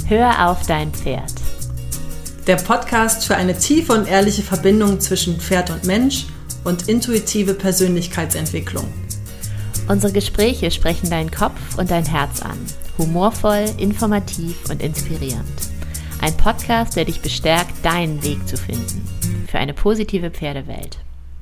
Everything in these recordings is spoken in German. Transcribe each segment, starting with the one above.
Hör auf dein Pferd. Der Podcast für eine tiefe und ehrliche Verbindung zwischen Pferd und Mensch und intuitive Persönlichkeitsentwicklung. Unsere Gespräche sprechen deinen Kopf und dein Herz an. Humorvoll, informativ und inspirierend. Ein Podcast, der dich bestärkt, deinen Weg zu finden. Für eine positive Pferdewelt.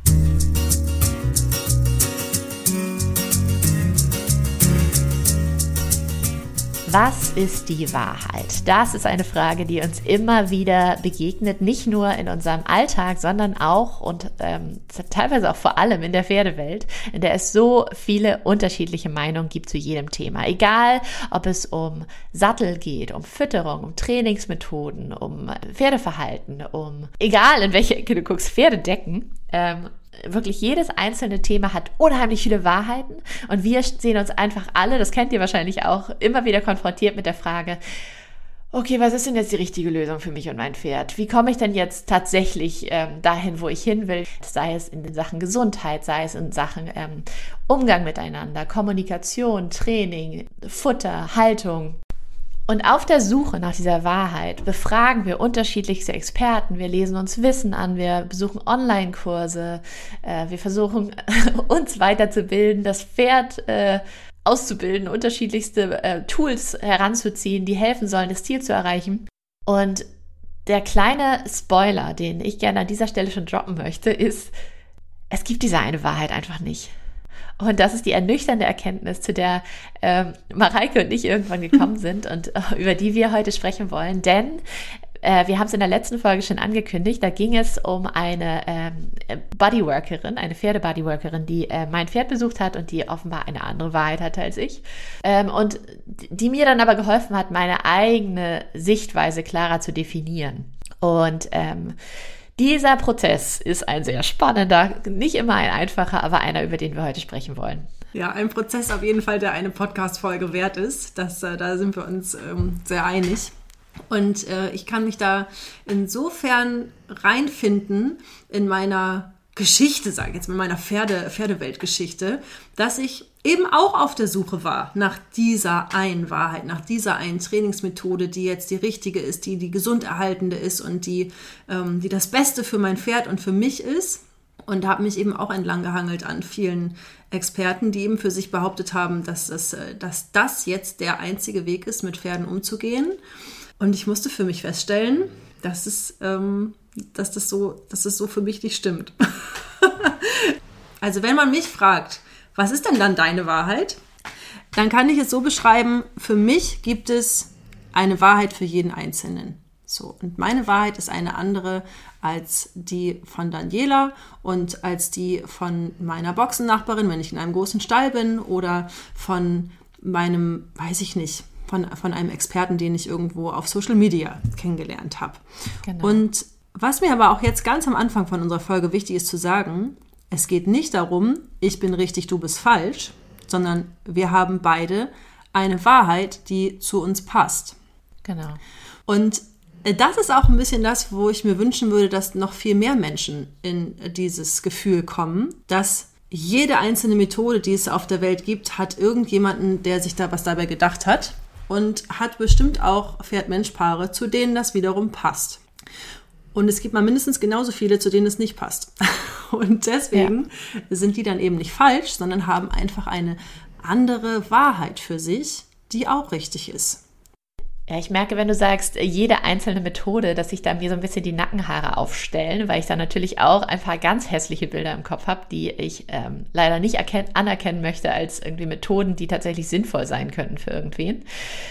Was ist die Wahrheit? Das ist eine Frage, die uns immer wieder begegnet, nicht nur in unserem Alltag, sondern auch und teilweise auch vor allem in der Pferdewelt, in der es so viele unterschiedliche Meinungen gibt zu jedem Thema. Egal, ob es um Sattel geht, um Fütterung, um Trainingsmethoden, um Pferdeverhalten, egal in welche Ecke du guckst, Pferdedecken, wirklich jedes einzelne Thema hat unheimlich viele Wahrheiten und wir sehen uns einfach alle, das kennt ihr wahrscheinlich auch, immer wieder konfrontiert mit der Frage, okay, was ist denn jetzt die richtige Lösung für mich und mein Pferd? Wie komme ich denn jetzt tatsächlich dahin, wo ich hin will? Sei es in Sachen Gesundheit, sei es in Sachen Umgang miteinander, Kommunikation, Training, Futter, Haltung. Und auf der Suche nach dieser Wahrheit befragen wir unterschiedlichste Experten, wir lesen uns Wissen an, wir besuchen Online-Kurse, wir versuchen uns weiterzubilden, das Pferd auszubilden, unterschiedlichste Tools heranzuziehen, die helfen sollen, das Ziel zu erreichen. Und der kleine Spoiler, den ich gerne an dieser Stelle schon droppen möchte, ist, es gibt diese eine Wahrheit einfach nicht. Und das ist die ernüchternde Erkenntnis, zu der Mareike und ich irgendwann gekommen sind und über die wir heute sprechen wollen. Denn wir haben es in der letzten Folge schon angekündigt, da ging es um eine Bodyworkerin, eine Pferde-Bodyworkerin, die mein Pferd besucht hat und die offenbar eine andere Wahrheit hatte als ich. Und die mir dann aber geholfen hat, meine eigene Sichtweise klarer zu definieren. Und dieser Prozess ist ein sehr spannender, nicht immer ein einfacher, aber einer, über den wir heute sprechen wollen. Ja, ein Prozess auf jeden Fall, der eine Podcast-Folge wert ist. Da sind wir uns sehr einig. Und ich kann mich da insofern reinfinden in meiner Geschichte, sage ich jetzt mal, meiner Pferdeweltgeschichte, dass ich eben auch auf der Suche war nach dieser einen Wahrheit, nach dieser einen Trainingsmethode, die jetzt die richtige ist, die gesund erhaltende ist und die das Beste für mein Pferd und für mich ist. Und habe mich eben auch entlang gehangelt an vielen Experten, die eben für sich behauptet haben, dass das jetzt der einzige Weg ist, mit Pferden umzugehen. Und ich musste für mich feststellen, dass das so für mich nicht stimmt. Also wenn man mich fragt, was ist denn dann deine Wahrheit? Dann kann ich es so beschreiben, für mich gibt es eine Wahrheit für jeden Einzelnen. So, und meine Wahrheit ist eine andere als die von Daniela und als die von meiner Boxennachbarin, wenn ich in einem großen Stall bin, oder von meinem, weiß ich nicht, von einem Experten, den ich irgendwo auf Social Media kennengelernt habe. Genau. Und was mir aber auch jetzt ganz am Anfang von unserer Folge wichtig ist zu sagen, es geht nicht darum, ich bin richtig, du bist falsch, sondern wir haben beide eine Wahrheit, die zu uns passt. Genau. Und das ist auch ein bisschen das, wo ich mir wünschen würde, dass noch viel mehr Menschen in dieses Gefühl kommen, dass jede einzelne Methode, die es auf der Welt gibt, hat irgendjemanden, der sich da was dabei gedacht hat und hat bestimmt auch Pferd-Mensch-Paare, zu denen das wiederum passt. Und es gibt mal mindestens genauso viele, zu denen es nicht passt. Und deswegen sind die dann eben nicht falsch, sondern haben einfach eine andere Wahrheit für sich, die auch richtig ist. Ja, ich merke, wenn du sagst, jede einzelne Methode, dass sich da mir so ein bisschen die Nackenhaare aufstellen, weil ich da natürlich auch ein paar ganz hässliche Bilder im Kopf habe, die ich leider nicht anerkennen möchte als irgendwie Methoden, die tatsächlich sinnvoll sein könnten für irgendwen.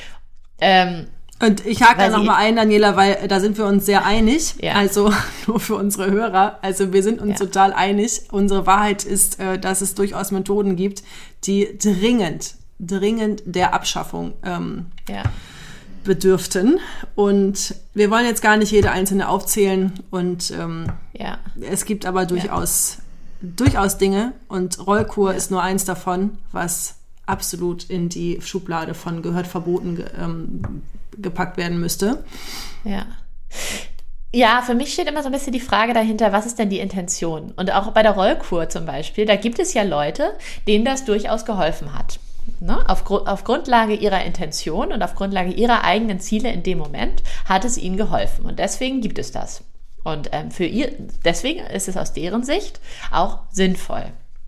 Und ich hake da nochmal ein, Daniela, weil da sind wir uns sehr einig. Ja. Also nur für unsere Hörer. Also wir sind uns total einig. Unsere Wahrheit ist, dass es durchaus Methoden gibt, die dringend der Abschaffung bedürften. Und wir wollen jetzt gar nicht jede einzelne aufzählen. Und es gibt aber durchaus Dinge. Und Rollkur ist nur eins davon, was absolut in die Schublade von gehört verboten gepackt werden müsste. Ja. Ja, für mich steht immer so ein bisschen die Frage dahinter, was ist denn die Intention? Und auch bei der Rollkur zum Beispiel, da gibt es ja Leute, denen das durchaus geholfen hat. Ne? Auf Grundlage ihrer Intention und auf Grundlage ihrer eigenen Ziele in dem Moment hat es ihnen geholfen. Und deswegen gibt es das. Und deswegen ist es aus deren Sicht auch sinnvoll.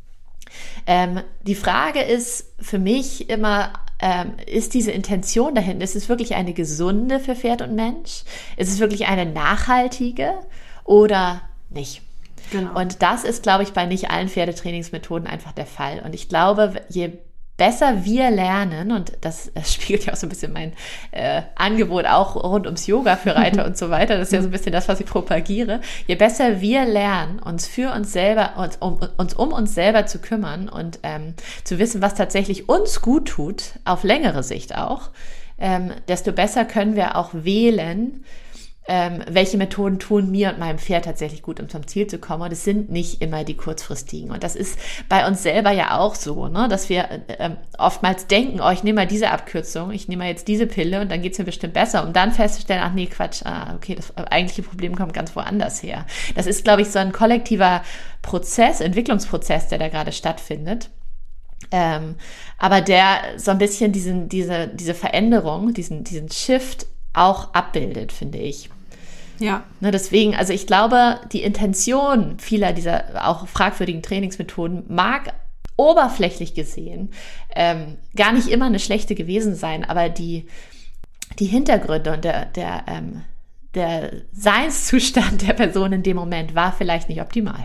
Die Frage ist für mich immer, ist diese Intention dahinter, ist es wirklich eine gesunde für Pferd und Mensch? Ist es wirklich eine nachhaltige oder nicht? Genau. Und das ist, glaube ich, bei nicht allen Pferdetrainingsmethoden einfach der Fall. Und ich glaube, je besser wir lernen, und das spiegelt ja auch so ein bisschen mein Angebot auch rund ums Yoga für Reiter und so weiter, das ist ja so ein bisschen das, was ich propagiere, je besser wir lernen, uns um uns selber zu kümmern und zu wissen, was tatsächlich uns gut tut, auf längere Sicht auch, desto besser können wir auch wählen, welche Methoden tun mir und meinem Pferd tatsächlich gut, um zum Ziel zu kommen. Und es sind nicht immer die kurzfristigen. Und das ist bei uns selber ja auch so, ne? Dass wir oftmals denken, ich nehme mal diese Abkürzung, ich nehme mal jetzt diese Pille und dann geht's mir bestimmt besser, um dann festzustellen, ach nee, Quatsch, okay, das eigentliche Problem kommt ganz woanders her. Das ist, glaube ich, so ein kollektiver Entwicklungsprozess, der da gerade stattfindet. Aber der so ein bisschen diese Veränderung, diesen Shift auch abbildet, finde ich. Ja. Ne, deswegen, also ich glaube, die Intention vieler dieser auch fragwürdigen Trainingsmethoden mag oberflächlich gesehen gar nicht immer eine schlechte gewesen sein, aber die Hintergründe und der Seinszustand der Person in dem Moment war vielleicht nicht optimal.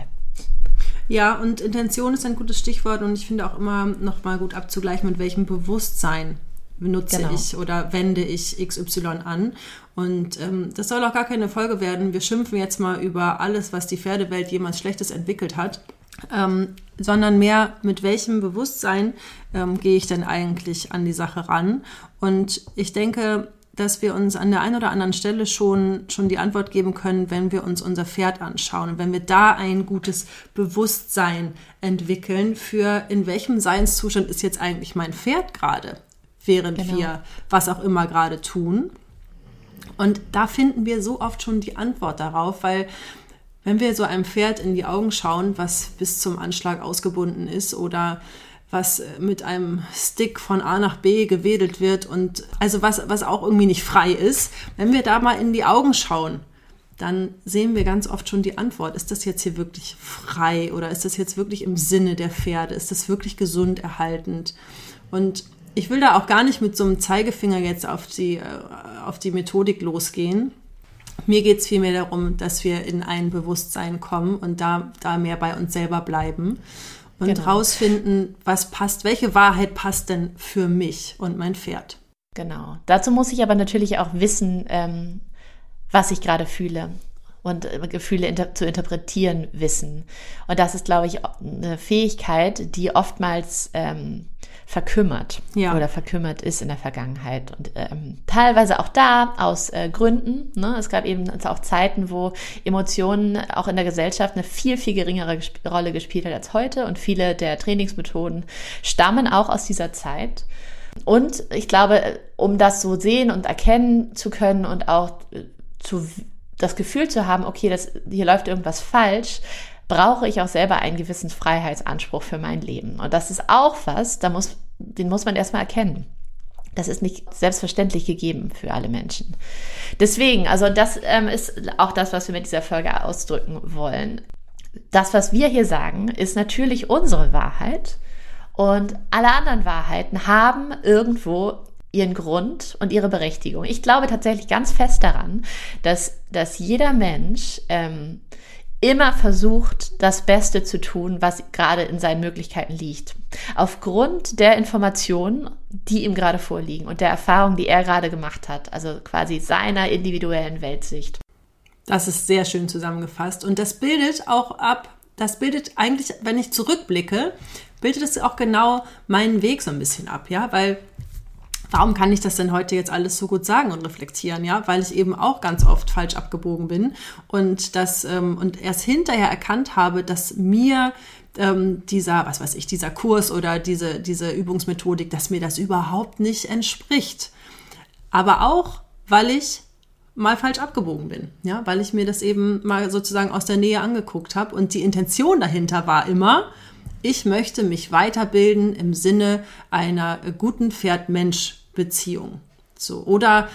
Ja, und Intention ist ein gutes Stichwort und ich finde auch immer noch mal gut abzugleichen, mit welchem Bewusstsein benutze ich oder wende ich XY an. Und das soll auch gar keine Folge werden. Wir schimpfen jetzt mal über alles, was die Pferdewelt jemals Schlechtes entwickelt hat, sondern mehr, mit welchem Bewusstsein gehe ich denn eigentlich an die Sache ran. Und ich denke, dass wir uns an der einen oder anderen Stelle schon die Antwort geben können, wenn wir uns unser Pferd anschauen und wenn wir da ein gutes Bewusstsein entwickeln für, in welchem Seinszustand ist jetzt eigentlich mein Pferd gerade, während wir was auch immer gerade tun. Und da finden wir so oft schon die Antwort darauf, weil wenn wir so einem Pferd in die Augen schauen, was bis zum Anschlag ausgebunden ist oder was mit einem Stick von A nach B gewedelt wird und also was auch irgendwie nicht frei ist, wenn wir da mal in die Augen schauen, dann sehen wir ganz oft schon die Antwort. Ist das jetzt hier wirklich frei oder ist das jetzt wirklich im Sinne der Pferde? Ist das wirklich gesund erhaltend? Und ich will da auch gar nicht mit so einem Zeigefinger jetzt auf die Methodik losgehen. Mir geht es vielmehr darum, dass wir in ein Bewusstsein kommen und da mehr bei uns selber bleiben und rausfinden, was passt, welche Wahrheit passt denn für mich und mein Pferd. Genau. Dazu muss ich aber natürlich auch wissen, was ich gerade fühle und Gefühle zu interpretieren wissen. Und das ist, glaube ich, eine Fähigkeit, die oftmals verkümmert oder verkümmert ist in der Vergangenheit. Und teilweise auch da aus Gründen. Ne? Es gab eben auch Zeiten, wo Emotionen auch in der Gesellschaft eine viel, viel geringere Rolle gespielt hat als heute. Und viele der Trainingsmethoden stammen auch aus dieser Zeit. Und ich glaube, um das so sehen und erkennen zu können und auch das Gefühl zu haben, okay, hier läuft irgendwas falsch, brauche ich auch selber einen gewissen Freiheitsanspruch für mein Leben. Und das ist auch was, den muss man erstmal erkennen. Das ist nicht selbstverständlich gegeben für alle Menschen. Deswegen, also das ist auch das, was wir mit dieser Folge ausdrücken wollen. Das, was wir hier sagen, ist natürlich unsere Wahrheit und alle anderen Wahrheiten haben irgendwo ihren Grund und ihre Berechtigung. Ich glaube tatsächlich ganz fest daran, dass jeder Mensch immer versucht, das Beste zu tun, was gerade in seinen Möglichkeiten liegt. Aufgrund der Informationen, die ihm gerade vorliegen und der Erfahrung, die er gerade gemacht hat, also quasi seiner individuellen Weltsicht. Das ist sehr schön zusammengefasst und das bildet eigentlich, wenn ich zurückblicke, bildet es auch genau meinen Weg so ein bisschen ab, ja, weil warum kann ich das denn heute jetzt alles so gut sagen und reflektieren? Ja, weil ich eben auch ganz oft falsch abgebogen bin und erst hinterher erkannt habe, dass mir dieser Kurs oder diese Übungsmethodik, dass mir das überhaupt nicht entspricht. Aber auch, weil ich mal falsch abgebogen bin, ja, weil ich mir das eben mal sozusagen aus der Nähe angeguckt habe und die Intention dahinter war immer, ich möchte mich weiterbilden im Sinne einer guten Pferd-Mensch-Beziehung. So, oder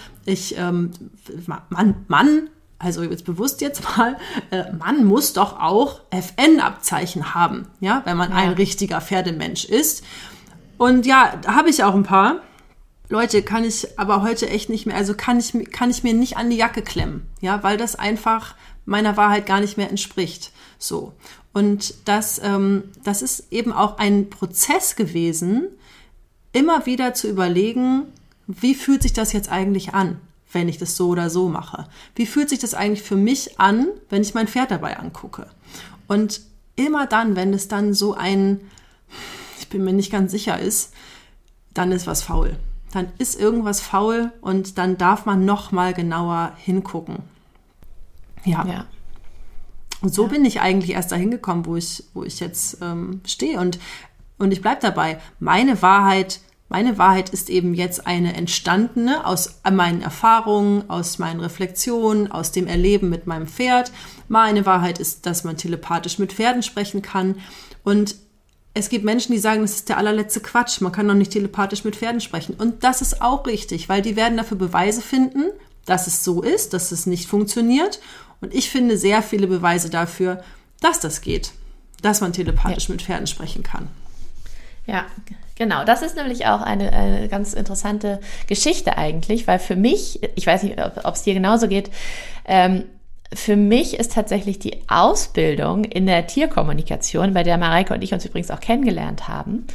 also jetzt bewusst man muss doch auch FN-Abzeichen haben, ja, wenn man ein richtiger Pferdemensch ist. Und ja, da habe ich auch ein paar. Leute, kann ich aber heute echt nicht mehr, also kann ich mir nicht an die Jacke klemmen, ja, weil das einfach meiner Wahrheit gar nicht mehr entspricht. So. Und das ist eben auch ein Prozess gewesen, immer wieder zu überlegen, wie fühlt sich das jetzt eigentlich an, wenn ich das so oder so mache? Wie fühlt sich das eigentlich für mich an, wenn ich mein Pferd dabei angucke? Und immer dann, wenn es dann so ich bin mir nicht ganz sicher ist, dann ist was faul. Dann ist irgendwas faul und dann darf man noch mal genauer hingucken. Ja. Und so bin ich eigentlich erst dahin gekommen, wo ich jetzt stehe. Und ich bleibe dabei. Meine Wahrheit ist eben jetzt eine entstandene aus meinen Erfahrungen, aus meinen Reflexionen, aus dem Erleben mit meinem Pferd. Meine Wahrheit ist, dass man telepathisch mit Pferden sprechen kann. Und es gibt Menschen, die sagen, das ist der allerletzte Quatsch. Man kann doch nicht telepathisch mit Pferden sprechen. Und das ist auch richtig, weil die werden dafür Beweise finden, dass es so ist, dass es nicht funktioniert. Und ich finde sehr viele Beweise dafür, dass das geht, dass man telepathisch mit Pferden sprechen kann. Ja, genau. Das ist nämlich auch eine ganz interessante Geschichte eigentlich, weil für mich, ich weiß nicht, ob es dir genauso geht, für mich ist tatsächlich die Ausbildung in der Tierkommunikation, bei der Mareike und ich uns übrigens auch kennengelernt haben,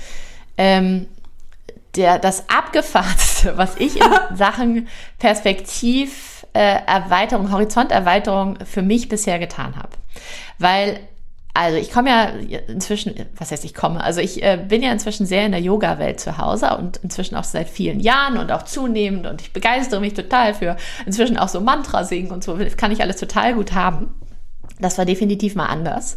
das Abgefahrenste, was ich in Sachen Perspektiverweiterung, Horizonterweiterung für mich bisher getan habe. Weil, also ich komme ja inzwischen, ich bin ja inzwischen sehr in der Yoga-Welt zu Hause und inzwischen auch seit vielen Jahren und auch zunehmend und ich begeistere mich total für inzwischen auch so Mantra singen und so, das kann ich alles total gut haben. Das war definitiv mal anders.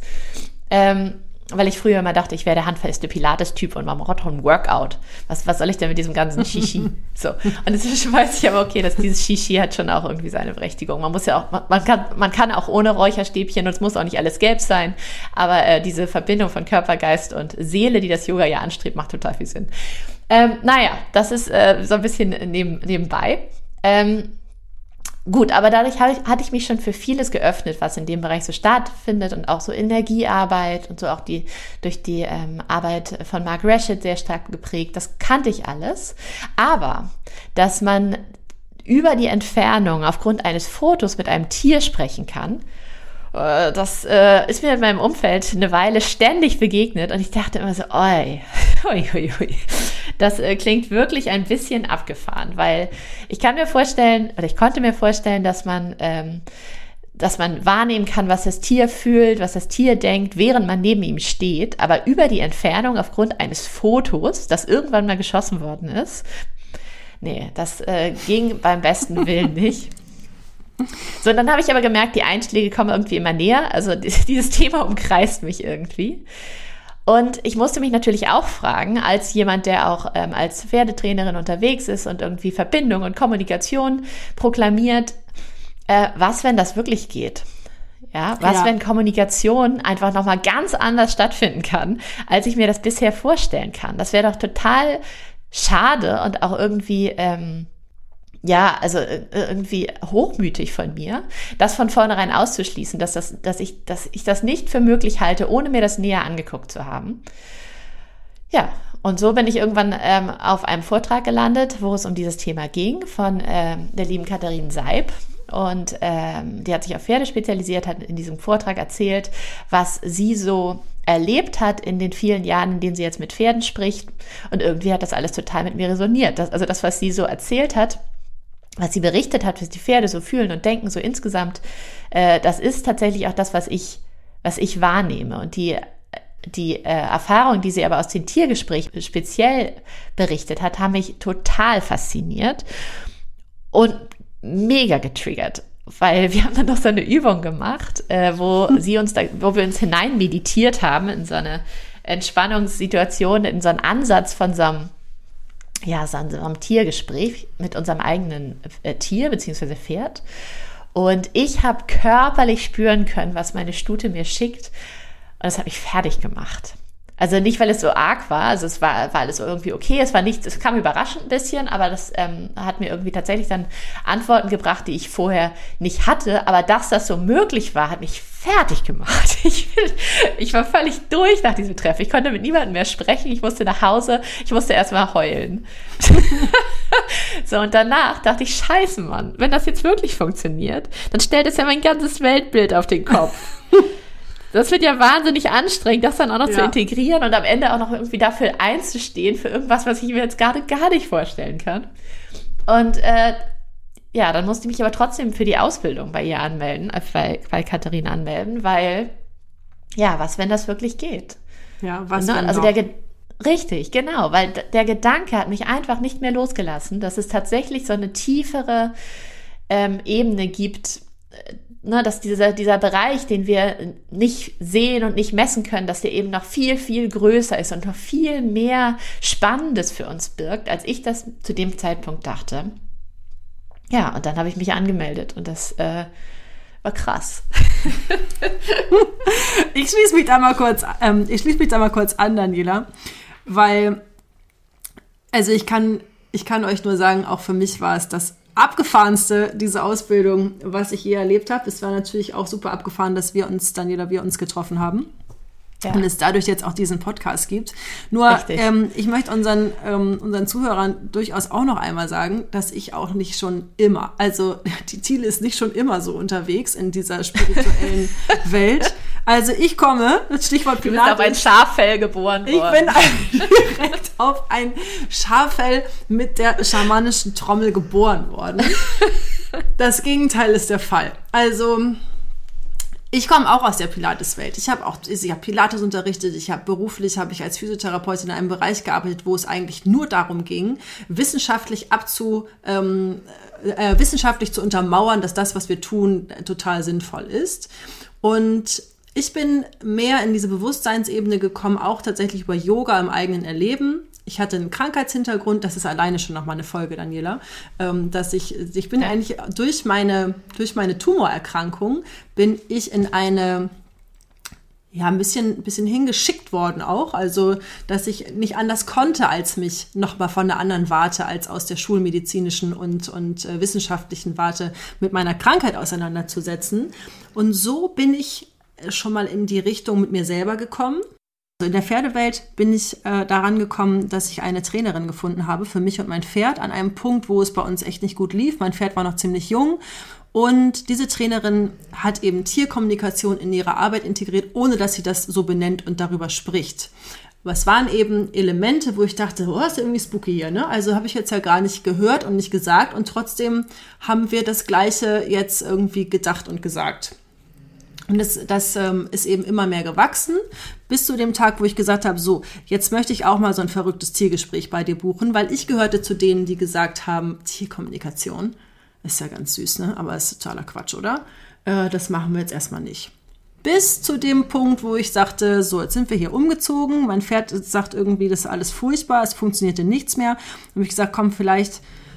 Weil ich früher immer dachte, ich wäre der handfeste Pilates-Typ und man braucht doch ein Workout. Was soll ich denn mit diesem ganzen Shishi? So. Und inzwischen weiß ich aber, okay, dass dieses Shishi hat schon auch irgendwie seine Berechtigung. Man muss ja auch, man kann auch ohne Räucherstäbchen und es muss auch nicht alles gelb sein. Aber diese Verbindung von Körper, Geist und Seele, die das Yoga ja anstrebt, macht total viel Sinn. Das ist so ein bisschen nebenbei. Gut, aber dadurch hatte ich mich schon für vieles geöffnet, was in dem Bereich so stattfindet und auch so Energiearbeit und so auch durch die Arbeit von Mark Rashid sehr stark geprägt. Das kannte ich alles. Aber, dass man über die Entfernung aufgrund eines Fotos mit einem Tier sprechen kann, das ist mir in meinem Umfeld eine Weile ständig begegnet und ich dachte immer so, oi. Das klingt wirklich ein bisschen abgefahren, weil ich konnte mir vorstellen, dass man wahrnehmen kann, was das Tier fühlt, was das Tier denkt, während man neben ihm steht, aber über die Entfernung aufgrund eines Fotos, das irgendwann mal geschossen worden ist, das ging beim besten Willen nicht. So, dann habe ich aber gemerkt, die Einschläge kommen irgendwie immer näher, also dieses Thema umkreist mich irgendwie. Und ich musste mich natürlich auch fragen, als jemand, der auch als Pferdetrainerin unterwegs ist und irgendwie Verbindung und Kommunikation proklamiert, was, wenn das wirklich geht? Ja, wenn Kommunikation einfach nochmal ganz anders stattfinden kann, als ich mir das bisher vorstellen kann? Das wäre doch total schade und auch irgendwie irgendwie hochmütig von mir, das von vornherein auszuschließen, dass ich das nicht für möglich halte, ohne mir das näher angeguckt zu haben. Ja, und so bin ich irgendwann auf einem Vortrag gelandet, wo es um dieses Thema ging, von der lieben Katharine Seib. Und die hat sich auf Pferde spezialisiert, hat in diesem Vortrag erzählt, was sie so erlebt hat in den vielen Jahren, in denen sie jetzt mit Pferden spricht. Und irgendwie hat das alles total mit mir resoniert. Das, was sie so erzählt hat, was sie berichtet hat, was die Pferde so fühlen und denken, so insgesamt, das ist tatsächlich auch das, was ich wahrnehme. Und die Erfahrung, die sie aber aus den Tiergesprächen speziell berichtet hat, haben mich total fasziniert und mega getriggert. Weil wir haben dann noch so eine Übung gemacht, wo wir uns hinein meditiert haben in so eine Entspannungssituation, in so einen Ansatz von so einem Tiergespräch mit unserem eigenen Tier bzw. Pferd. Und ich habe körperlich spüren können, was meine Stute mir schickt. Und das hat mich fertig gemacht. Also nicht, weil es so arg war, also es war alles irgendwie okay, es kam überraschend ein bisschen, aber das hat mir irgendwie tatsächlich dann Antworten gebracht, die ich vorher nicht hatte, aber dass das so möglich war, hat mich fertig gemacht. Ich war völlig durch nach diesem Treffen. Ich konnte mit niemandem mehr sprechen, ich musste nach Hause, ich musste erstmal heulen. So, und danach dachte ich, scheiße, Mann, wenn das jetzt wirklich funktioniert, dann stellt es ja mein ganzes Weltbild auf den Kopf. Das wird ja wahnsinnig anstrengend, das dann auch noch zu integrieren und am Ende auch noch irgendwie dafür einzustehen, für irgendwas, was ich mir jetzt gerade gar nicht vorstellen kann. Und dann musste ich mich aber trotzdem für die Ausbildung bei ihr anmelden, bei Katharina anmelden, weil, was, wenn das wirklich geht? Ja, was denn also noch? Richtig, genau, weil der Gedanke hat mich einfach nicht mehr losgelassen, dass es tatsächlich so eine tiefere Ebene gibt, dass dieser Bereich, den wir nicht sehen und nicht messen können, dass der eben noch viel, viel größer ist und noch viel mehr Spannendes für uns birgt, als ich das zu dem Zeitpunkt dachte. Ja, und dann habe ich mich angemeldet und das war krass. Ich schließe mich da mal kurz an, Daniela, weil, also ich kann euch nur sagen, auch für mich war es das abgefahrenste, diese Ausbildung, was ich je erlebt habe. Es war natürlich auch super abgefahren, dass wir uns getroffen haben. Ja. Und es dadurch jetzt auch diesen Podcast gibt. Nur, ich möchte unseren Zuhörern durchaus auch noch einmal sagen, dass ich auch nicht schon immer, also die Thiele ist nicht schon immer so unterwegs in dieser spirituellen Welt. Also ich komme, das Stichwort Pilates. Du bist auf ein Schaffell geboren worden. Ich bin direkt auf ein Schaffell mit der schamanischen Trommel geboren worden. Das Gegenteil ist der Fall. Also ich komme auch aus der Pilates-Welt. Ich habe Pilates unterrichtet. Beruflich habe ich als Physiotherapeutin in einem Bereich gearbeitet, wo es eigentlich nur darum ging, wissenschaftlich zu untermauern, dass das, was wir tun, total sinnvoll ist. Und ich bin mehr in diese Bewusstseinsebene gekommen, auch tatsächlich über Yoga im eigenen Erleben. Ich hatte einen Krankheitshintergrund, das ist alleine schon nochmal eine Folge, Daniela, dass ich bin eigentlich durch meine Tumorerkrankung bin ich in eine, ein bisschen hingeschickt worden auch, also dass ich nicht anders konnte, als mich nochmal von einer anderen Warte als aus der schulmedizinischen und wissenschaftlichen Warte mit meiner Krankheit auseinanderzusetzen. Und so bin ich schon mal in die Richtung mit mir selber gekommen. In der Pferdewelt bin ich daran gekommen, dass ich eine Trainerin gefunden habe für mich und mein Pferd an einem Punkt, wo es bei uns echt nicht gut lief. Mein Pferd war noch ziemlich jung und diese Trainerin hat eben Tierkommunikation in ihre Arbeit integriert, ohne dass sie das so benennt und darüber spricht. Aber es waren eben Elemente, wo ich dachte, ist ja irgendwie spooky hier, ne? Also habe ich jetzt ja gar nicht gehört und nicht gesagt und trotzdem haben wir das Gleiche jetzt irgendwie gedacht und gesagt. Und das ist eben immer mehr gewachsen, bis zu dem Tag, wo ich gesagt habe, so, jetzt möchte ich auch mal so ein verrücktes Tiergespräch bei dir buchen, weil ich gehörte zu denen, die gesagt haben, Tierkommunikation ist ja ganz süß, ne? Aber ist totaler Quatsch, oder? Das machen wir jetzt erstmal nicht. Bis zu dem Punkt, wo ich sagte, so, jetzt sind wir hier umgezogen, mein Pferd sagt irgendwie, das ist alles furchtbar, es funktionierte nichts mehr. Dann habe ich gesagt, komm, vielleicht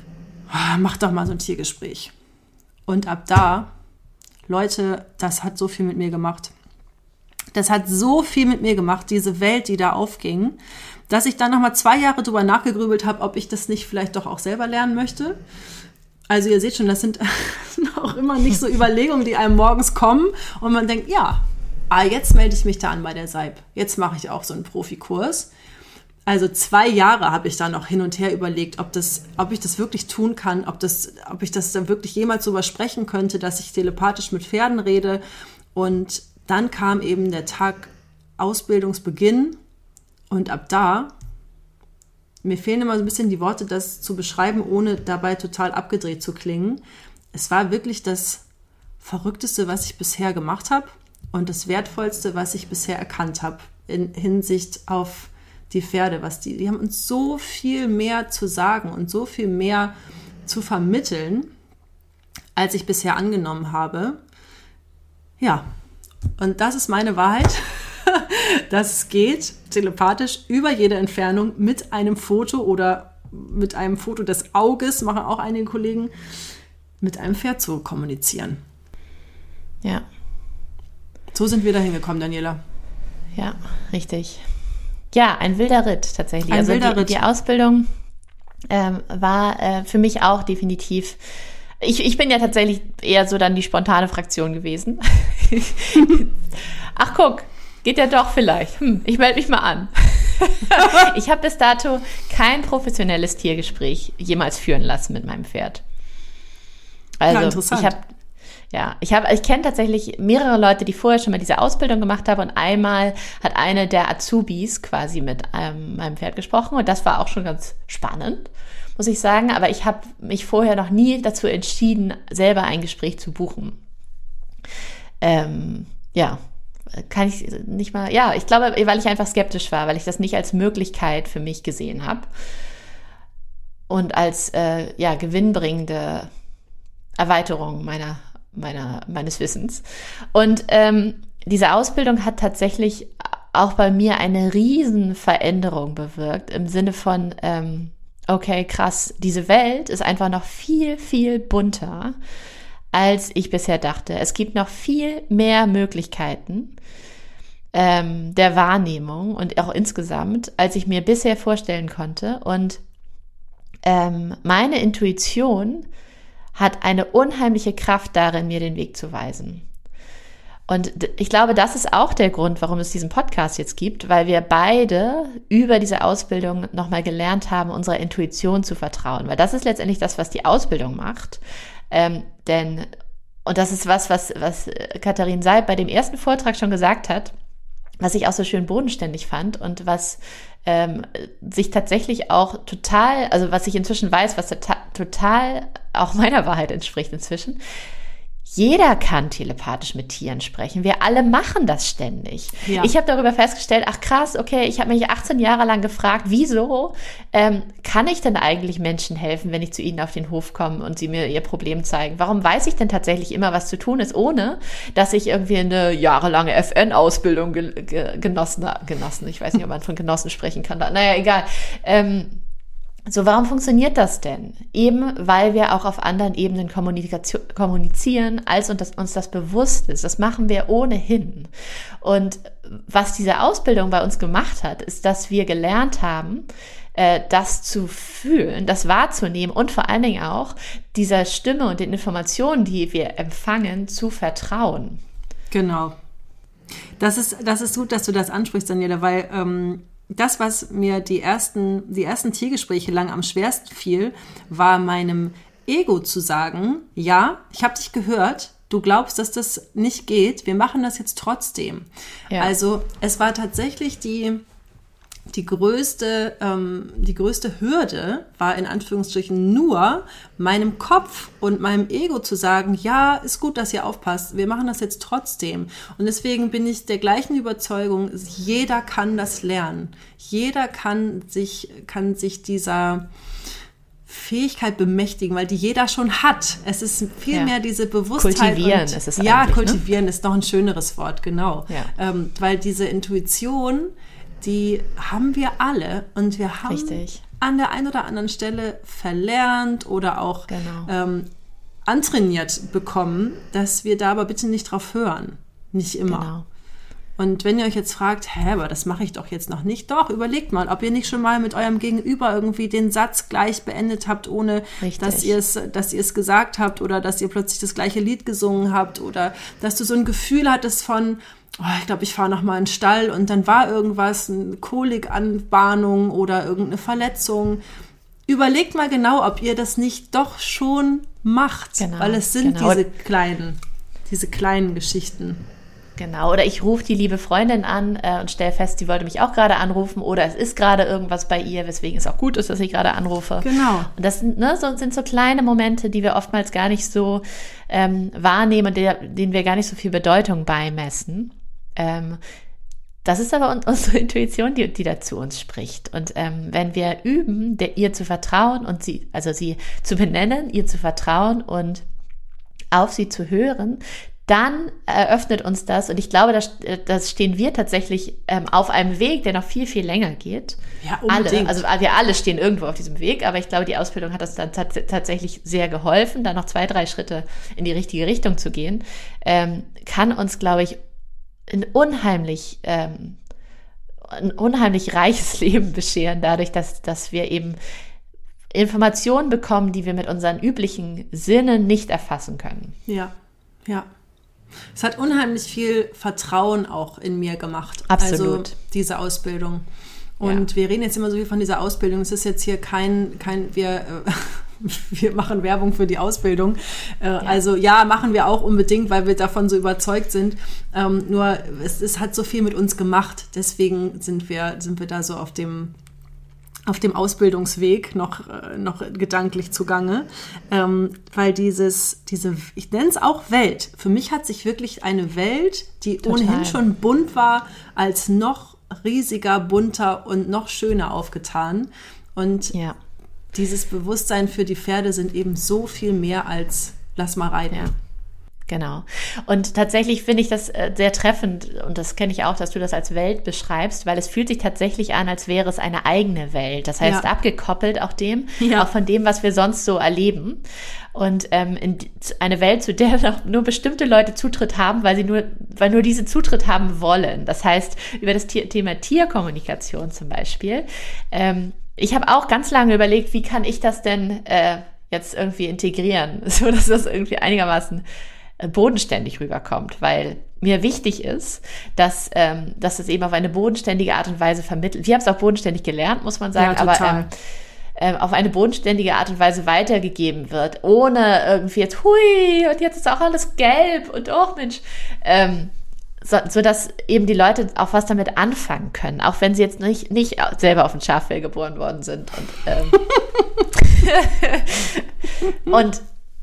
mach doch mal so ein Tiergespräch. Und ab da, Leute, das hat so viel mit mir gemacht. Das hat so viel mit mir gemacht, diese Welt, die da aufging, dass ich dann nochmal 2 Jahre drüber nachgegrübelt habe, ob ich das nicht vielleicht doch auch selber lernen möchte. Also ihr seht schon, das sind auch immer nicht so Überlegungen, die einem morgens kommen und man denkt, jetzt melde ich mich da an bei der Seib. Jetzt mache ich auch so einen Profikurs. Also 2 Jahre habe ich da noch hin und her überlegt, ob ich das wirklich tun kann, ob ich das dann wirklich jemals so sprechen könnte, dass ich telepathisch mit Pferden rede. Und dann kam eben der Tag Ausbildungsbeginn und ab da, mir fehlen immer so ein bisschen die Worte, das zu beschreiben, ohne dabei total abgedreht zu klingen. Es war wirklich das Verrückteste, was ich bisher gemacht habe und das Wertvollste, was ich bisher erkannt habe in Hinsicht auf die Pferde, die haben uns so viel mehr zu sagen und so viel mehr zu vermitteln, als ich bisher angenommen habe. Ja, und das ist meine Wahrheit, dass es geht, telepathisch über jede Entfernung mit einem Foto oder mit einem Foto des Auges, machen auch einige Kollegen, mit einem Pferd zu kommunizieren. Ja. So sind wir da hingekommen, Daniela. Ja, richtig. Ja, ein wilder Ritt tatsächlich. Ein wilder Ritt. Die Ausbildung war für mich auch definitiv. Ich bin ja tatsächlich eher so dann die spontane Fraktion gewesen. Ach guck, geht ja doch vielleicht. Ich melde mich mal an. Ich habe bis dato kein professionelles Tiergespräch jemals führen lassen mit meinem Pferd. Also ja, interessant. Ich kenne tatsächlich mehrere Leute, die vorher schon mal diese Ausbildung gemacht haben, und einmal hat eine der Azubis quasi mit meinem Pferd gesprochen, und das war auch schon ganz spannend, muss ich sagen, aber ich habe mich vorher noch nie dazu entschieden, selber ein Gespräch zu buchen. Kann ich nicht mal, ich glaube, weil ich einfach skeptisch war, weil ich das nicht als Möglichkeit für mich gesehen habe und als gewinnbringende Erweiterung meines Wissens. Und diese Ausbildung hat tatsächlich auch bei mir eine riesen Veränderung bewirkt, im Sinne von, okay, krass, diese Welt ist einfach noch viel, viel bunter, als ich bisher dachte. Es gibt noch viel mehr Möglichkeiten der Wahrnehmung und auch insgesamt, als ich mir bisher vorstellen konnte. Und meine Intuition hat eine unheimliche Kraft darin, mir den Weg zu weisen. Und ich glaube, das ist auch der Grund, warum es diesen Podcast jetzt gibt, weil wir beide über diese Ausbildung nochmal gelernt haben, unserer Intuition zu vertrauen. Weil das ist letztendlich das, was die Ausbildung macht. Und das ist was Katharin Seib bei dem ersten Vortrag schon gesagt hat, was ich auch so schön bodenständig fand und was sich tatsächlich auch total, also was ich inzwischen weiß, was total auch meiner Wahrheit entspricht inzwischen. Jeder kann telepathisch mit Tieren sprechen. Wir alle machen das ständig. Ja. Ich habe darüber festgestellt, ach krass, okay, ich habe mich 18 Jahre lang gefragt, wieso kann ich denn eigentlich Menschen helfen, wenn ich zu ihnen auf den Hof komme und sie mir ihr Problem zeigen? Warum weiß ich denn tatsächlich immer, was zu tun ist, ohne dass ich irgendwie eine jahrelange FN-Ausbildung genossen? Ich weiß nicht, ob man von Genossen sprechen kann. Naja, egal. Warum funktioniert das denn? Eben, weil wir auch auf anderen Ebenen kommunizieren, als uns das bewusst ist. Das machen wir ohnehin. Und was diese Ausbildung bei uns gemacht hat, ist, dass wir gelernt haben, das zu fühlen, das wahrzunehmen und vor allen Dingen auch dieser Stimme und den Informationen, die wir empfangen, zu vertrauen. Genau. Das ist gut, dass du das ansprichst, Daniela, weil das, was mir die ersten Tiergespräche lang am schwersten fiel, war meinem Ego zu sagen, ja, ich habe dich gehört, du glaubst, dass das nicht geht, wir machen das jetzt trotzdem. Ja. Also es war tatsächlich die größte Hürde war in Anführungsstrichen nur meinem Kopf und meinem Ego zu sagen, ja, ist gut, dass ihr aufpasst, wir machen das jetzt trotzdem. Und deswegen bin ich der gleichen Überzeugung, jeder kann das lernen. Jeder kann sich dieser Fähigkeit bemächtigen, weil die jeder schon hat. Es ist vielmehr diese Bewusstheit. Kultivieren ist es ja, kultivieren ist noch ein schöneres Wort, genau. Ja. Weil diese Intuition, die haben wir alle und wir haben an der einen oder anderen Stelle verlernt oder auch antrainiert bekommen, dass wir da aber bitte nicht drauf hören. Nicht immer. Genau. Und wenn ihr euch jetzt fragt, aber das mache ich doch jetzt noch nicht, doch, überlegt mal, ob ihr nicht schon mal mit eurem Gegenüber irgendwie den Satz gleich beendet habt, ohne dass ihr es gesagt habt oder dass ihr plötzlich das gleiche Lied gesungen habt oder dass du so ein Gefühl hattest von, ich glaube, ich fahre noch mal in den Stall und dann war irgendwas, eine Kolikanbahnung oder irgendeine Verletzung. Überlegt mal genau, ob ihr das nicht doch schon macht, weil es sind diese kleinen Geschichten. Genau, oder ich rufe die liebe Freundin an und stelle fest, sie wollte mich auch gerade anrufen oder es ist gerade irgendwas bei ihr, weswegen es auch gut ist, dass ich gerade anrufe. Genau. Und das sind so kleine Momente, die wir oftmals gar nicht so wahrnehmen und denen wir gar nicht so viel Bedeutung beimessen. Das ist aber unsere Intuition, die da zu uns spricht. Und wenn wir üben, ihr zu vertrauen und sie zu benennen, ihr zu vertrauen und auf sie zu hören, dann eröffnet uns das, und ich glaube, das stehen wir tatsächlich auf einem Weg, der noch viel, viel länger geht. Ja, unbedingt. Wir alle stehen irgendwo auf diesem Weg, aber ich glaube, die Ausbildung hat uns dann tatsächlich sehr geholfen, da noch 2-3 Schritte in die richtige Richtung zu gehen, kann uns, glaube ich, in unheimlich ein unheimlich reiches Leben bescheren, dadurch, dass wir eben Informationen bekommen, die wir mit unseren üblichen Sinnen nicht erfassen können. Ja, ja. Es hat unheimlich viel Vertrauen auch in mir gemacht. Absolut. Also diese Ausbildung. Und wir reden jetzt immer so viel von dieser Ausbildung. Es ist jetzt hier wir machen Werbung für die Ausbildung. Also ja, machen wir auch unbedingt, weil wir davon so überzeugt sind. Nur es hat so viel mit uns gemacht. Deswegen sind wir da so auf dem Ausbildungsweg noch gedanklich zugange, weil ich nenne es auch Welt. Für mich hat sich wirklich eine Welt, die ohnehin schon bunt war, als noch riesiger, bunter und noch schöner aufgetan. Und dieses Bewusstsein für die Pferde sind eben so viel mehr als lass mal reiten. Ja. Genau. Und tatsächlich finde ich das sehr treffend, und das kenne ich auch, dass du das als Welt beschreibst, weil es fühlt sich tatsächlich an, als wäre es eine eigene Welt. Das heißt, abgekoppelt auch von dem, was wir sonst so erleben. Und eine Welt, zu der nur bestimmte Leute Zutritt haben, weil nur diese Zutritt haben wollen. Das heißt, über das Thema Tierkommunikation zum Beispiel. Ich habe auch ganz lange überlegt, wie kann ich das denn jetzt irgendwie integrieren, so dass das irgendwie einigermaßen bodenständig rüberkommt, weil mir wichtig ist, dass es eben auf eine bodenständige Art und Weise vermittelt. Wir haben es auch bodenständig gelernt, muss man sagen, aber auf eine bodenständige Art und Weise weitergegeben wird, ohne irgendwie jetzt, hui, und jetzt ist auch alles gelb und oh Mensch, so dass eben die Leute auch was damit anfangen können, auch wenn sie jetzt nicht selber auf dem Schaffell geboren worden sind. Und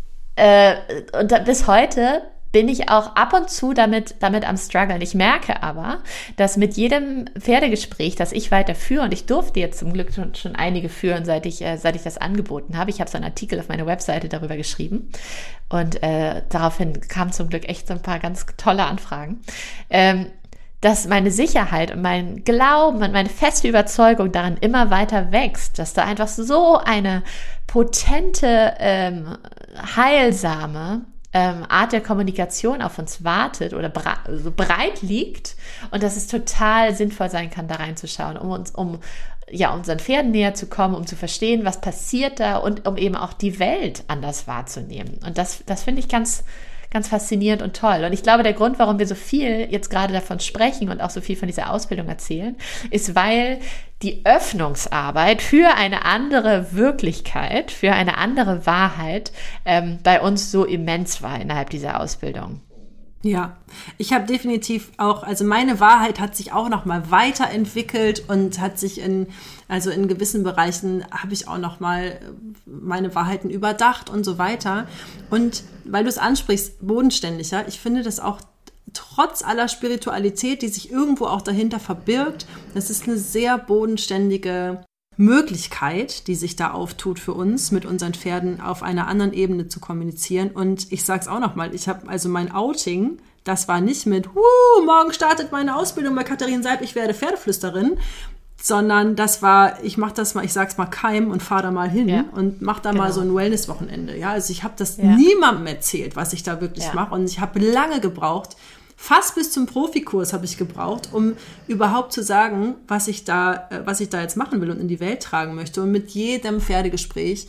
bis heute bin ich auch ab und zu damit am struggeln. Ich merke aber, dass mit jedem Pferdegespräch, das ich weiter führe, und ich durfte jetzt zum Glück schon einige führen, seit ich das angeboten habe. Ich habe so einen Artikel auf meiner Webseite darüber geschrieben und daraufhin kamen zum Glück echt so ein paar ganz tolle Anfragen. Dass meine Sicherheit und mein Glauben und meine feste Überzeugung darin immer weiter wächst, dass da einfach so eine potente, heilsame Art der Kommunikation auf uns wartet oder so breit liegt und dass es total sinnvoll sein kann, da reinzuschauen, um unseren Pferden näher zu kommen, um zu verstehen, was passiert da und um eben auch die Welt anders wahrzunehmen. Und das finde ich ganz ganz faszinierend und toll. Und ich glaube, der Grund, warum wir so viel jetzt gerade davon sprechen und auch so viel von dieser Ausbildung erzählen, ist, weil die Öffnungsarbeit für eine andere Wirklichkeit, für eine andere Wahrheit bei uns so immens war innerhalb dieser Ausbildung. Ja, ich habe definitiv auch, also meine Wahrheit hat sich auch noch mal weiterentwickelt und hat sich in gewissen Bereichen habe ich auch noch mal meine Wahrheiten überdacht und so weiter. Und weil du es ansprichst, bodenständiger, ich finde das auch trotz aller Spiritualität, die sich irgendwo auch dahinter verbirgt, das ist eine sehr bodenständige Möglichkeit, die sich da auftut für uns, mit unseren Pferden auf einer anderen Ebene zu kommunizieren. Und ich sage es auch nochmal, ich habe also mein Outing, das war nicht mit, morgen startet meine Ausbildung bei Katharin Seib, ich werde Pferdeflüsterin, sondern das war, ich mache das mal, ich sag's mal keim und fahre da mal hin und mache da mal so ein Wellness-Wochenende. Ja, also ich habe das niemandem erzählt, was ich da wirklich mache, und ich habe lange gebraucht, fast bis zum Profikurs habe ich gebraucht, um überhaupt zu sagen, was ich da jetzt machen will und in die Welt tragen möchte. Und mit jedem Pferdegespräch,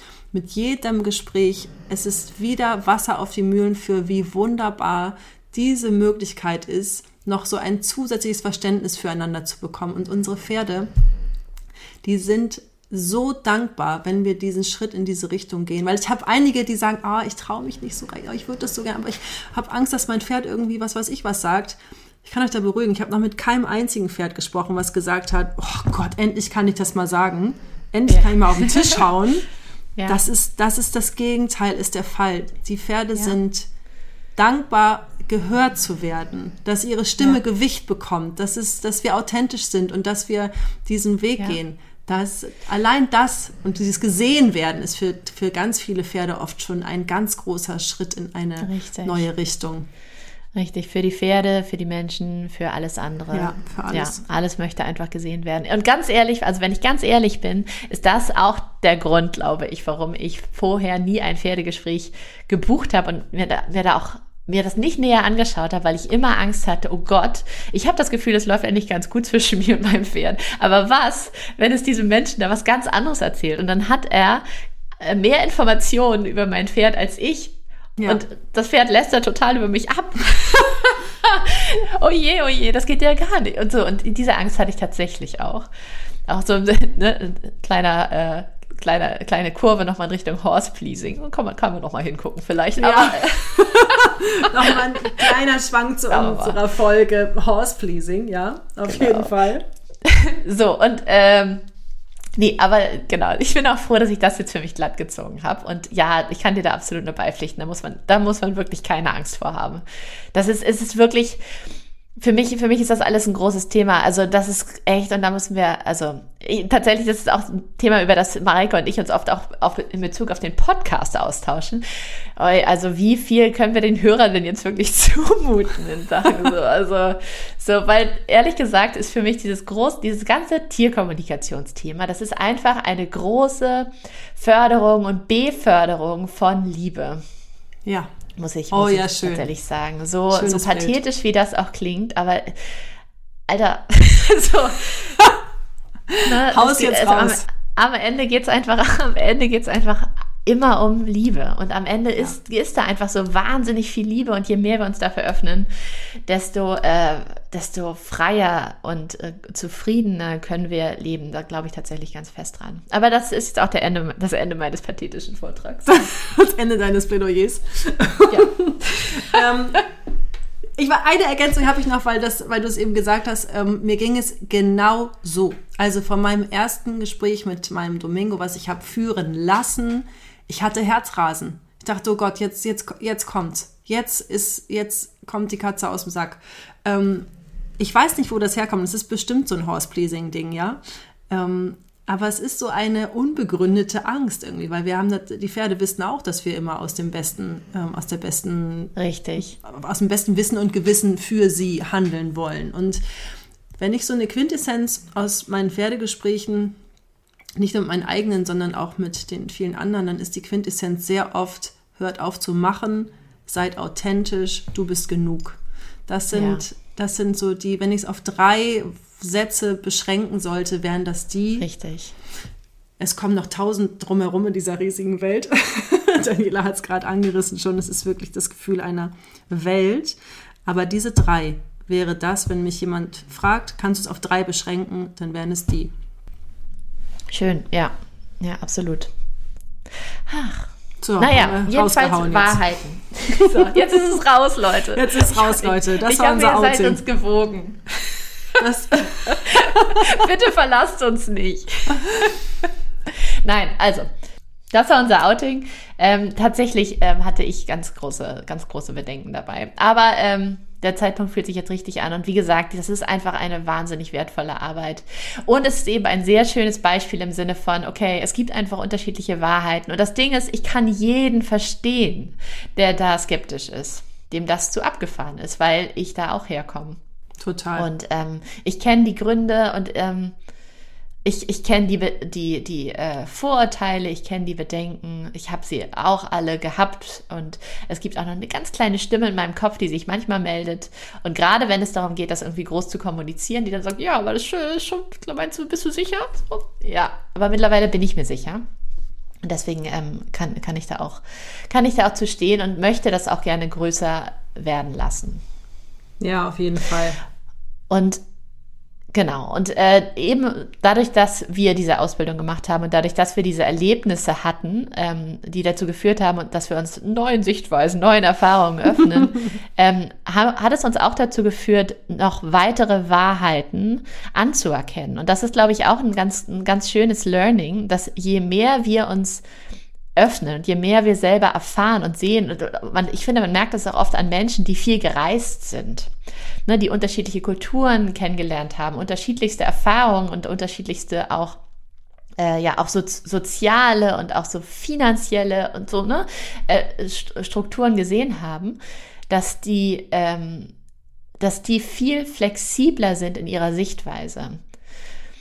es ist wieder Wasser auf die Mühlen für, wie wunderbar diese Möglichkeit ist, noch so ein zusätzliches Verständnis füreinander zu bekommen. Und unsere Pferde, die sind so dankbar, wenn wir diesen Schritt in diese Richtung gehen. Weil ich habe einige, die sagen, ich traue mich nicht so rein, ich würde das so gerne, aber ich habe Angst, dass mein Pferd irgendwie was sagt. Ich kann euch da beruhigen, ich habe noch mit keinem einzigen Pferd gesprochen, was gesagt hat, oh Gott, endlich kann ich das mal sagen. Endlich kann ich mal auf den Tisch hauen. Das ist das Gegenteil, ist der Fall. Die Pferde sind dankbar, gehört zu werden, dass ihre Stimme Gewicht bekommt, dass wir authentisch sind und dass wir diesen Weg gehen. Allein das und dieses Gesehen-Werden ist für ganz viele Pferde oft schon ein ganz großer Schritt in eine neue Richtung. Richtig, für die Pferde, für die Menschen, für alles andere. Ja, für alles. Ja, alles möchte einfach gesehen werden. Und ganz ehrlich, also wenn ich ganz ehrlich bin, ist das auch der Grund, glaube ich, warum ich vorher nie ein Pferdegespräch gebucht habe und mir da auch mir das nicht näher angeschaut habe, weil ich immer Angst hatte, oh Gott, ich habe das Gefühl, es läuft eigentlich ganz gut zwischen mir und meinem Pferd. Aber was, wenn es diesem Menschen da was ganz anderes erzählt? Und dann hat er mehr Informationen über mein Pferd als ich. Ja. Und das Pferd lässt er total über mich ab. Oh je, das geht ja gar nicht. Und so, und diese Angst hatte ich tatsächlich auch. Auch so ne, kleine Kurve nochmal in Richtung Horse-Pleasing. Kann man nochmal hingucken vielleicht. Ja. Aber nochmal ein kleiner Schwank zu unserer Folge Horse-Pleasing, ja, auf jeden Fall. So, und nee, aber genau, ich bin auch froh, dass ich das jetzt für mich glatt gezogen habe. Und ja, ich kann dir da absolut nur beipflichten. Da muss man wirklich keine Angst vor haben. Es ist wirklich, für mich ist das alles ein großes Thema. Also das ist echt, und da müssen wir, tatsächlich, das ist auch ein Thema, über das Mareike und ich uns oft auch in Bezug auf den Podcast austauschen. Also wie viel können wir den Hörern denn jetzt wirklich zumuten in Sachen so, weil ehrlich gesagt ist für mich dieses ganze Tierkommunikationsthema, das ist einfach eine große Förderung und Beförderung von Liebe. Ja. Muss ich tatsächlich sagen. So pathetisch, Bild, wie das auch klingt, aber Alter, so Haus jetzt raus. Am Ende geht's einfach immer um Liebe. Und am Ende ist da einfach so wahnsinnig viel Liebe. Und je mehr wir uns dafür öffnen, desto freier und zufriedener können wir leben. Da glaube ich tatsächlich ganz fest dran. Aber das ist jetzt auch das Ende meines pathetischen Vortrags. Das Ende deines Plädoyers. Ja. Eine Ergänzung habe ich noch, weil du es eben gesagt hast, mir ging es genau so. Also von meinem ersten Gespräch mit meinem Domingo, was ich habe führen lassen, ich hatte Herzrasen. Ich dachte, oh Gott, jetzt kommt's. Jetzt kommt die Katze aus dem Sack. Ich weiß nicht, wo das herkommt. Es ist bestimmt so ein Horse-Pleasing-Ding, ja. Aber es ist so eine unbegründete Angst irgendwie, weil die Pferde wissen auch, dass wir immer aus dem besten Wissen und Gewissen für sie handeln wollen. Und wenn ich so eine Quintessenz aus meinen Pferdegesprächen, nicht nur mit meinen eigenen, sondern auch mit den vielen anderen, dann ist die Quintessenz sehr oft, hört auf zu machen, seid authentisch, du bist genug. Das sind so die, wenn ich es auf 3 Sätze beschränken sollte, wären das die. Richtig. Es kommen noch 1000 drumherum in dieser riesigen Welt. Daniela hat es gerade angerissen schon. Es ist wirklich das Gefühl einer Welt. Aber diese 3 wäre das, wenn mich jemand fragt, kannst du es auf 3 beschränken, dann wären es die. Schön, ja. Ja, absolut. Ach. So, jedenfalls Wahrheiten. So, jetzt ist es raus, Leute. Jetzt ist es raus, Leute. Das war unser Outing. Ihr seid uns gewogen. Bitte verlasst uns nicht. Nein, also, das war unser Outing. Tatsächlich hatte ich ganz große Bedenken dabei. Aber der Zeitpunkt fühlt sich jetzt richtig an. Und wie gesagt, das ist einfach eine wahnsinnig wertvolle Arbeit. Und es ist eben ein sehr schönes Beispiel im Sinne von, okay, es gibt einfach unterschiedliche Wahrheiten. Und das Ding ist, ich kann jeden verstehen, der da skeptisch ist, dem das zu abgefahren ist, weil ich da auch herkomme. Total. Und ich kenne die Gründe und ich kenne die Vorurteile, ich kenne die Bedenken, ich habe sie auch alle gehabt und es gibt auch noch eine ganz kleine Stimme in meinem Kopf, die sich manchmal meldet und gerade wenn es darum geht, das irgendwie groß zu kommunizieren, die dann sagt, ja, aber das ist schon, meinst du, bist du sicher? So, ja, aber mittlerweile bin ich mir sicher und deswegen kann ich da auch zu stehen und möchte das auch gerne größer werden lassen. Ja, auf jeden Fall. Und genau, und eben dadurch, dass wir diese Ausbildung gemacht haben und dadurch, dass wir diese Erlebnisse hatten, die dazu geführt haben und dass wir uns neuen Sichtweisen, neuen Erfahrungen öffnen, hat es uns auch dazu geführt, noch weitere Wahrheiten anzuerkennen. Und das ist, glaube ich, auch ein ganz schönes Learning, dass je mehr wir uns öffnen und je mehr wir selber erfahren und sehen, und ich finde, man merkt das auch oft an Menschen, die viel gereist sind, ne, die unterschiedliche Kulturen kennengelernt haben, unterschiedlichste Erfahrungen und unterschiedlichste auch auch soziale und auch so finanzielle und so Strukturen gesehen haben, dass die viel flexibler sind in ihrer Sichtweise.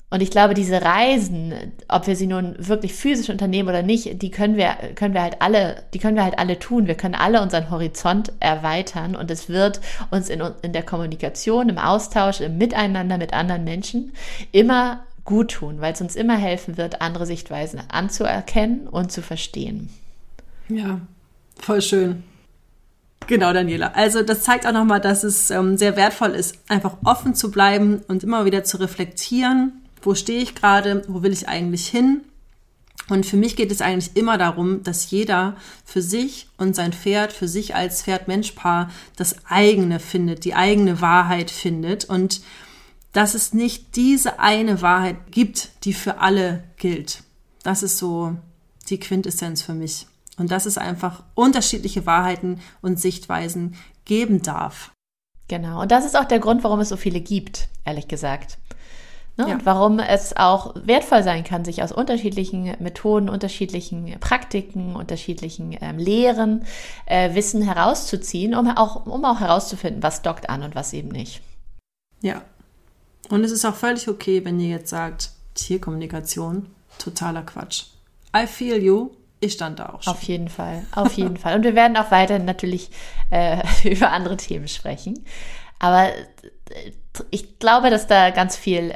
Und ich glaube, diese Reisen, ob wir sie nun wirklich physisch unternehmen oder nicht, die können wir halt alle tun. Wir können alle unseren Horizont erweitern und es wird uns in der Kommunikation, im Austausch, im Miteinander mit anderen Menschen immer gut tun, weil es uns immer helfen wird, andere Sichtweisen anzuerkennen und zu verstehen. Ja, voll schön. Genau, Daniela. Also das zeigt auch nochmal, dass es sehr wertvoll ist, einfach offen zu bleiben und immer wieder zu reflektieren. Wo stehe ich gerade? Wo will ich eigentlich hin? Und für mich geht es eigentlich immer darum, dass jeder für sich und sein Pferd, für sich als Pferd-Mensch-Paar das eigene findet, die eigene Wahrheit findet und dass es nicht diese eine Wahrheit gibt, die für alle gilt. Das ist so die Quintessenz für mich. Und dass es einfach unterschiedliche Wahrheiten und Sichtweisen geben darf. Genau. Und das ist auch der Grund, warum es so viele gibt, ehrlich gesagt. Ne? Ja. Und warum es auch wertvoll sein kann, sich aus unterschiedlichen Methoden, unterschiedlichen Praktiken, unterschiedlichen Lehren, Wissen herauszuziehen, um auch herauszufinden, was dockt an und was eben nicht. Ja. Und es ist auch völlig okay, wenn ihr jetzt sagt, Tierkommunikation, totaler Quatsch. I feel you. Ich stand da auch schon. Auf jeden Fall, auf jeden Fall. Und wir werden auch weiterhin natürlich über andere Themen sprechen. Aber ich glaube, dass da ganz viel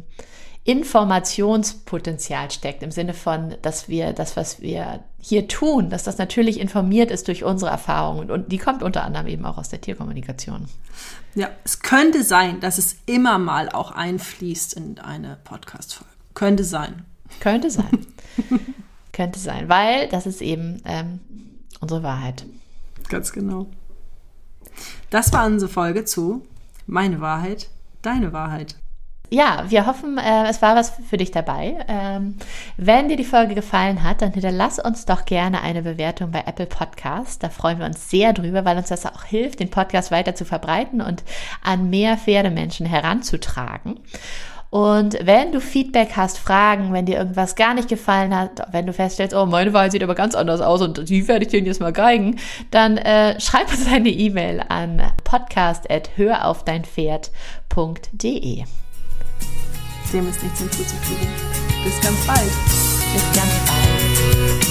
Informationspotenzial steckt, im Sinne von, dass wir das, was wir hier tun, dass das natürlich informiert ist durch unsere Erfahrungen. Und die kommt unter anderem eben auch aus der Tierkommunikation. Ja, es könnte sein, dass es immer mal auch einfließt in eine Podcast-Folge. Könnte sein. Könnte sein. Könnte sein, weil das ist eben unsere Wahrheit. Ganz genau. Das war unsere Folge zu Meine Wahrheit, deine Wahrheit. Ja, wir hoffen, es war was für dich dabei. Wenn dir die Folge gefallen hat, dann hinterlass uns doch gerne eine Bewertung bei Apple Podcasts. Da freuen wir uns sehr drüber, weil uns das auch hilft, den Podcast weiter zu verbreiten und an mehr Pferdemenschen heranzutragen. Und wenn du Feedback hast, Fragen, wenn dir irgendwas gar nicht gefallen hat, wenn du feststellst, oh, meine Wahrheit sieht aber ganz anders aus und die werde ich dir jetzt mal geigen, dann schreib uns eine E-Mail an podcast@höraufdeinpferd.de. Dem ist nichts hinzuzufügen. Bis ganz bald. Bis ganz bald.